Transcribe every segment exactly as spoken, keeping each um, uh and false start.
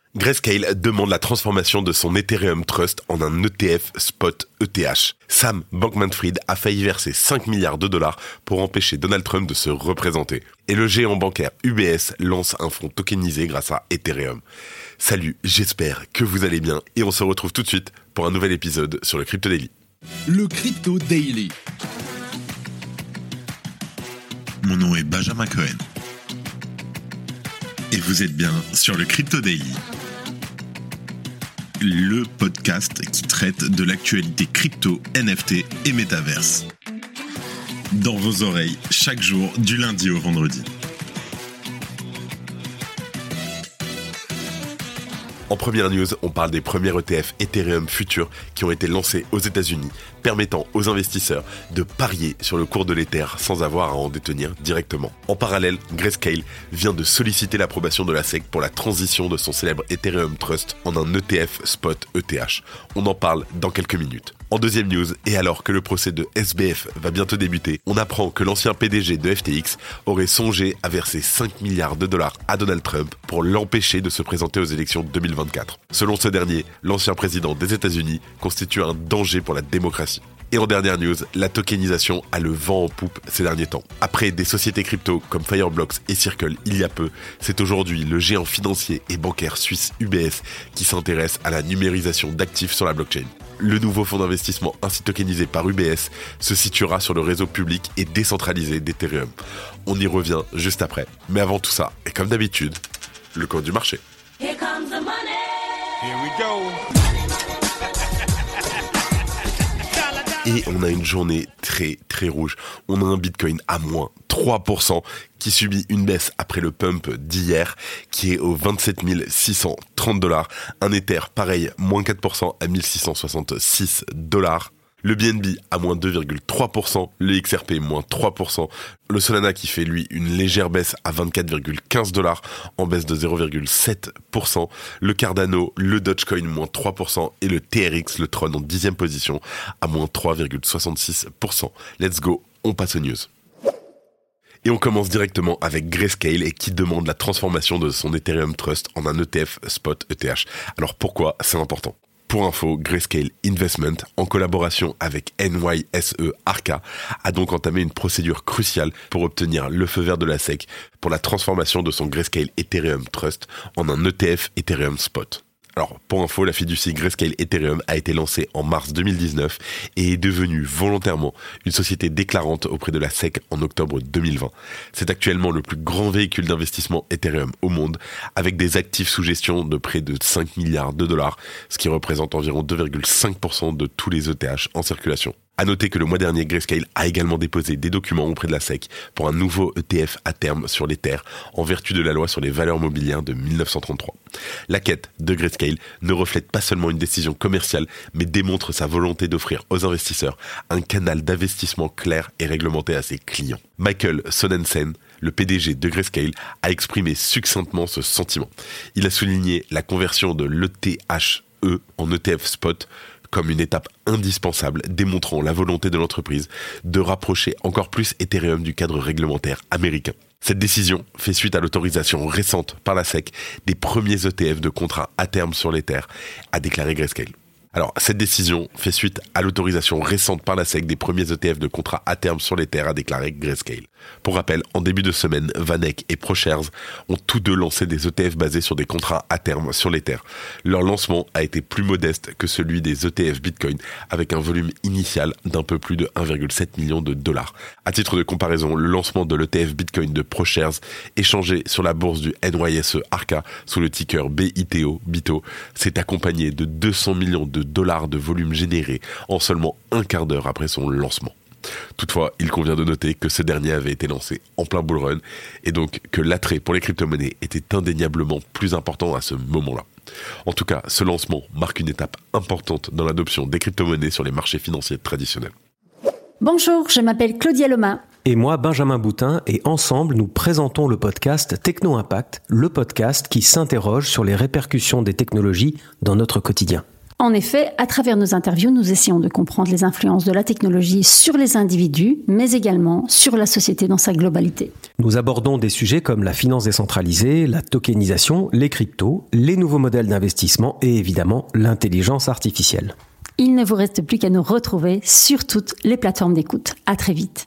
Grayscale demande la transformation de son Ethereum Trust en un E T F spot E T H. Sam Bankman-Fried a failli verser cinq milliards de dollars pour empêcher Donald Trump de se représenter. Et le géant bancaire U B S lance un fonds tokenisé grâce à Ethereum. Salut, j'espère que vous allez bien et on se retrouve tout de suite pour un nouvel épisode sur le Crypto Daily. Le Crypto Daily. Mon nom est Benjamin Cohen. Et vous êtes bien sur le Crypto Daily, le podcast qui traite de l'actualité crypto, N F T et métaverse. Dans vos oreilles, chaque jour, du lundi au vendredi. En première news, on parle des premiers E T F Ethereum futurs qui ont été lancés aux États-Unis, permettant aux investisseurs de parier sur le cours de l'Ether sans avoir à en détenir directement. En parallèle, Grayscale vient de solliciter l'approbation de la S E C pour la transition de son célèbre Ethereum Trust en un E T F spot E T H. On en parle dans quelques minutes. En deuxième news, et alors que le procès de S B F va bientôt débuter, on apprend que l'ancien P D G de F T X aurait songé à verser cinq milliards de dollars à Donald Trump pour l'empêcher de se présenter aux élections deux mille vingt-quatre. Selon ce dernier, l'ancien président des États-Unis constitue un danger pour la démocratie. Et en dernière news, la tokenisation a le vent en poupe ces derniers temps. Après des sociétés crypto comme Fireblocks et Circle il y a peu, c'est aujourd'hui le géant financier et bancaire suisse U B S qui s'intéresse à la numérisation d'actifs sur la blockchain. Le nouveau fonds d'investissement ainsi tokenisé par U B S se situera sur le réseau public et décentralisé d'Ethereum. On y revient juste après. Mais avant tout ça, et comme d'habitude, le cours du marché. Here comes the money. Here we go. Et on a une journée très très rouge. On a un Bitcoin à moins trois pour cent qui subit une baisse après le pump d'hier qui est au vingt-sept mille six cent trente dollars. Un Ether pareil, moins quatre pour cent à mille six cent soixante-six dollars. Le B N B à moins deux virgule trois pour cent, le X R P moins trois pour cent, le Solana qui fait lui une légère baisse à vingt-quatre virgule quinze dollars en baisse de zéro virgule sept pour cent, le Cardano, le Dogecoin moins trois pour cent et le T R X, le Tron en dixième position à moins trois virgule soixante-six pour cent. Let's go, on passe aux news. Et on commence directement avec Grayscale et qui demande la transformation de son Ethereum Trust en un E T F spot E T H. Alors pourquoi c'est important ? Pour info, Grayscale Investment, en collaboration avec N Y S E Arca, a donc entamé une procédure cruciale pour obtenir le feu vert de la S E C pour la transformation de son Grayscale Ethereum Trust en un E T F Ethereum Spot. Alors, pour info, la fiducie Grayscale Ethereum a été lancée en mars deux mille dix-neuf et est devenue volontairement une société déclarante auprès de la S E C en octobre deux mille vingt. C'est actuellement le plus grand véhicule d'investissement Ethereum au monde, avec des actifs sous gestion de près de cinq milliards de dollars, ce qui représente environ deux virgule cinq pour cent de tous les E T H en circulation. À noter que le mois dernier, Grayscale a également déposé des documents auprès de la S E C pour un nouveau E T F à terme sur l'Ether, en vertu de la loi sur les valeurs mobilières de mille neuf cent trente-trois. La quête de Grayscale ne reflète pas seulement une décision commerciale, mais démontre sa volonté d'offrir aux investisseurs un canal d'investissement clair et réglementé à ses clients. Michael Sonnensen, le P D G de Grayscale, a exprimé succinctement ce sentiment. Il a souligné la conversion de l'E T H E en E T F Spot comme une étape indispensable, démontrant la volonté de l'entreprise de rapprocher encore plus Ethereum du cadre réglementaire américain. Cette décision fait suite à l'autorisation récente par la S E C des premiers E T F de contrats à terme sur l'Ether, a déclaré Grayscale. Alors, cette décision fait suite à l'autorisation récente par la S E C des premiers E T F de contrats à terme sur l'Ether, a déclaré Grayscale. Pour rappel, en début de semaine, Vanek et ProShares ont tous deux lancé des E T F basés sur des contrats à terme sur l'Ether. Leur lancement a été plus modeste que celui des E T F Bitcoin, avec un volume initial d'un peu plus de un virgule sept million de dollars. À titre de comparaison, le lancement de l'E T F Bitcoin de ProShares, échangé sur la bourse du N Y S E Arca sous le ticker B I T O, BITO, s'est accompagné de deux cents millions de dollars de volume généré en seulement un quart d'heure après son lancement. Toutefois, il convient de noter que ce dernier avait été lancé en plein bull run et donc que l'attrait pour les crypto-monnaies était indéniablement plus important à ce moment-là. En tout cas, ce lancement marque une étape importante dans l'adoption des crypto-monnaies sur les marchés financiers traditionnels. Bonjour, je m'appelle Claudia Loma. Et moi, Benjamin Boutin, et ensemble, nous présentons le podcast Techno Impact, le podcast qui s'interroge sur les répercussions des technologies dans notre quotidien. En effet, à travers nos interviews, nous essayons de comprendre les influences de la technologie sur les individus, mais également sur la société dans sa globalité. Nous abordons des sujets comme la finance décentralisée, la tokenisation, les cryptos, les nouveaux modèles d'investissement et évidemment l'intelligence artificielle. Il ne vous reste plus qu'à nous retrouver sur toutes les plateformes d'écoute. À très vite.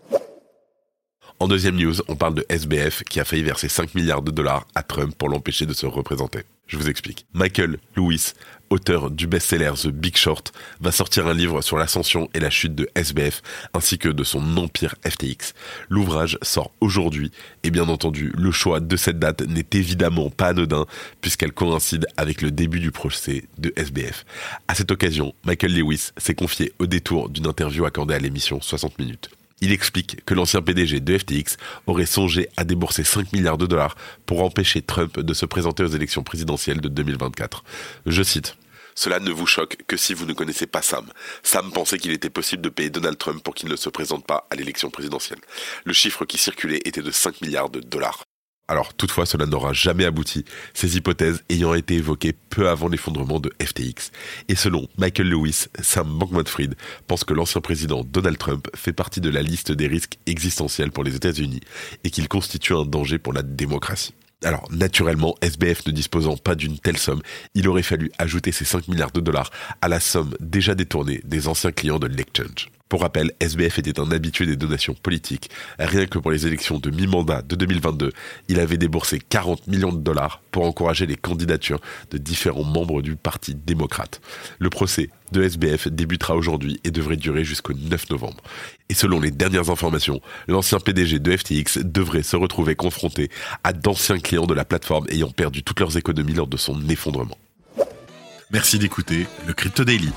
En deuxième news, on parle de S B F qui a failli verser cinq milliards de dollars à Trump pour l'empêcher de se représenter. Je vous explique. Michael Lewis, auteur du best-seller The Big Short, va sortir un livre sur l'ascension et la chute de S B F, ainsi que de son empire F T X. L'ouvrage sort aujourd'hui, et bien entendu, le choix de cette date n'est évidemment pas anodin, puisqu'elle coïncide avec le début du procès de S B F. À cette occasion, Michael Lewis s'est confié au détour d'une interview accordée à l'émission soixante minutes. Il explique que l'ancien P D G de F T X aurait songé à débourser cinq milliards de dollars pour empêcher Trump de se présenter aux élections présidentielles de deux mille vingt-quatre. Je cite. « Cela ne vous choque que si vous ne connaissez pas Sam. Sam pensait qu'il était possible de payer Donald Trump pour qu'il ne se présente pas à l'élection présidentielle. Le chiffre qui circulait était de cinq milliards de dollars. » Alors, toutefois, cela n'aura jamais abouti, ces hypothèses ayant été évoquées peu avant l'effondrement de F T X. Et selon Michael Lewis, Sam Bankman-Fried pense que l'ancien président Donald Trump fait partie de la liste des risques existentiels pour les États-Unis et qu'il constitue un danger pour la démocratie. Alors, naturellement, S B F ne disposant pas d'une telle somme, il aurait fallu ajouter ces cinq milliards de dollars à la somme déjà détournée des anciens clients de l'exchange. Pour rappel, S B F était un habitué des donations politiques. Rien que pour les élections de mi-mandat de deux mille vingt-deux, il avait déboursé quarante millions de dollars pour encourager les candidatures de différents membres du Parti démocrate. Le procès de S B F débutera aujourd'hui et devrait durer jusqu'au neuf novembre. Et selon les dernières informations, l'ancien P D G de F T X devrait se retrouver confronté à d'anciens clients de la plateforme ayant perdu toutes leurs économies lors de son effondrement. Merci d'écouter le Crypto Daily.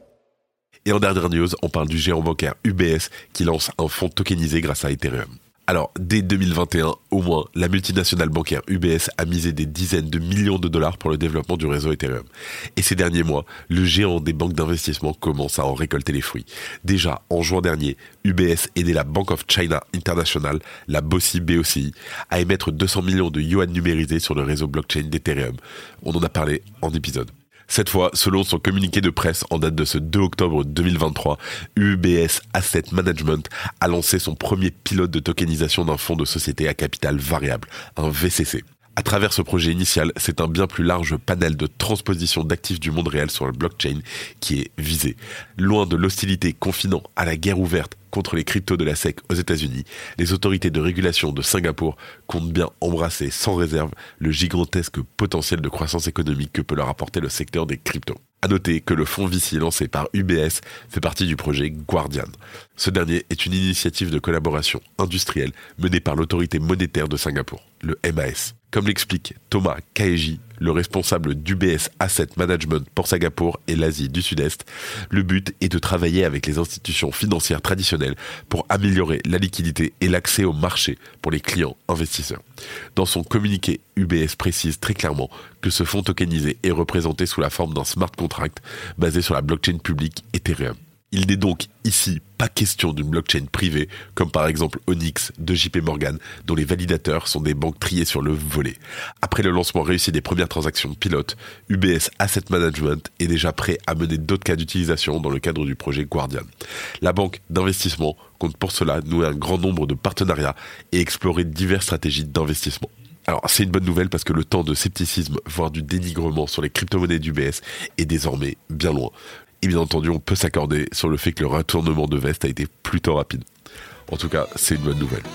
Et en dernière news, on parle du géant bancaire U B S qui lance un fonds tokenisé grâce à Ethereum. Alors, dès deux mille vingt et un, au moins, la multinationale bancaire U B S a misé des dizaines de millions de dollars pour le développement du réseau Ethereum. Et ces derniers mois, le géant des banques d'investissement commence à en récolter les fruits. Déjà, en juin dernier, U B S aidait la Bank of China International, la B O C I B O C I, à émettre deux cents millions de yuan numérisés sur le réseau blockchain d'Ethereum. On en a parlé en épisode. Cette fois, selon son communiqué de presse en date de ce deux octobre deux mille vingt-trois, U B S Asset Management a lancé son premier pilote de tokenisation d'un fonds de société à capital variable, un V C C. À travers ce projet initial, c'est un bien plus large panel de transposition d'actifs du monde réel sur le blockchain qui est visé. Loin de l'hostilité confinant à la guerre ouverte contre les cryptos de la S E C aux États-Unis, les autorités de régulation de Singapour comptent bien embrasser sans réserve le gigantesque potentiel de croissance économique que peut leur apporter le secteur des cryptos. À noter que le fonds V C lancé par U B S fait partie du projet Guardian. Ce dernier est une initiative de collaboration industrielle menée par l'autorité monétaire de Singapour, le M A S. Comme l'explique Thomas Kaeji, le responsable d'U B S Asset Management pour Singapour et l'Asie du Sud-Est, le but est de travailler avec les institutions financières traditionnelles pour améliorer la liquidité et l'accès au marché pour les clients investisseurs. Dans son communiqué, U B S précise très clairement que ce fonds tokenisé est représenté sous la forme d'un smart contract basé sur la blockchain publique Ethereum. Il n'est donc ici pas question d'une blockchain privée, comme par exemple Onyx de J P Morgan, dont les validateurs sont des banques triées sur le volet. Après le lancement réussi des premières transactions pilotes, U B S Asset Management est déjà prêt à mener d'autres cas d'utilisation dans le cadre du projet Guardian. La banque d'investissement compte pour cela nouer un grand nombre de partenariats et explorer diverses stratégies d'investissement. Alors, c'est une bonne nouvelle parce que le temps de scepticisme, voire du dénigrement sur les crypto-monnaies d'U B S est désormais bien loin. Et bien entendu, on peut s'accorder sur le fait que le retournement de veste a été plutôt rapide. En tout cas, c'est une bonne nouvelle.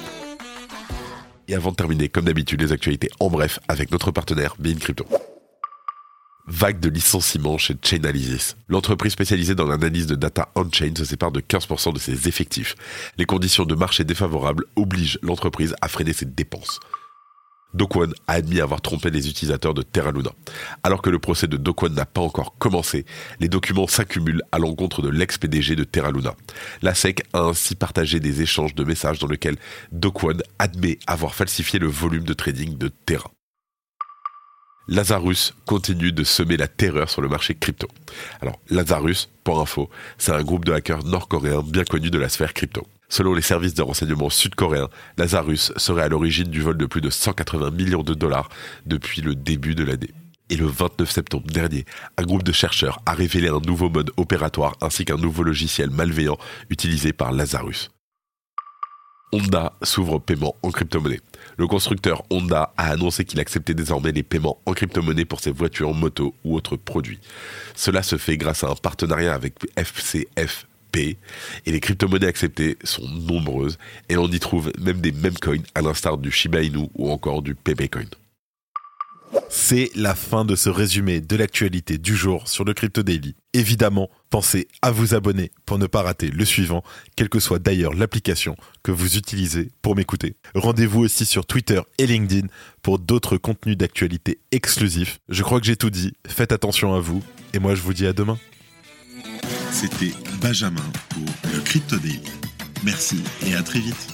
Et avant de terminer, comme d'habitude, les actualités en bref avec notre partenaire Bein Crypto. Vague de licenciements chez Chainalysis. L'entreprise spécialisée dans l'analyse de data on-chain se sépare de quinze pour cent de ses effectifs. Les conditions de marché défavorables obligent l'entreprise à freiner ses dépenses. Do Kwon a admis avoir trompé les utilisateurs de Terra Luna. Alors que le procès de Do Kwon n'a pas encore commencé, les documents s'accumulent à l'encontre de l'ex-P D G de Terra Luna. La S E C a ainsi partagé des échanges de messages dans lesquels Do Kwon admet avoir falsifié le volume de trading de Terra. Lazarus continue de semer la terreur sur le marché crypto. Alors, Lazarus, pour info, c'est un groupe de hackers nord-coréens bien connu de la sphère crypto. Selon les services de renseignement sud-coréens, Lazarus serait à l'origine du vol de plus de cent quatre-vingts millions de dollars depuis le début de l'année. Et le vingt-neuf septembre dernier, un groupe de chercheurs a révélé un nouveau mode opératoire ainsi qu'un nouveau logiciel malveillant utilisé par Lazarus. Honda s'ouvre au paiement en crypto-monnaie. Le constructeur Honda a annoncé qu'il acceptait désormais les paiements en crypto-monnaie pour ses voitures, motos ou autres produits. Cela se fait grâce à un partenariat avec F C F P et les crypto-monnaies acceptées sont nombreuses et on y trouve même des meme coins à l'instar du Shiba Inu ou encore du P B Coin. C'est la fin de ce résumé de l'actualité du jour sur le Crypto Daily. Évidemment, pensez à vous abonner pour ne pas rater le suivant, quelle que soit d'ailleurs l'application que vous utilisez pour m'écouter. Rendez-vous aussi sur Twitter et LinkedIn pour d'autres contenus d'actualité exclusifs. Je crois que j'ai tout dit, faites attention à vous, et moi je vous dis à demain. C'était Benjamin pour le Crypto Daily. Merci et à très vite.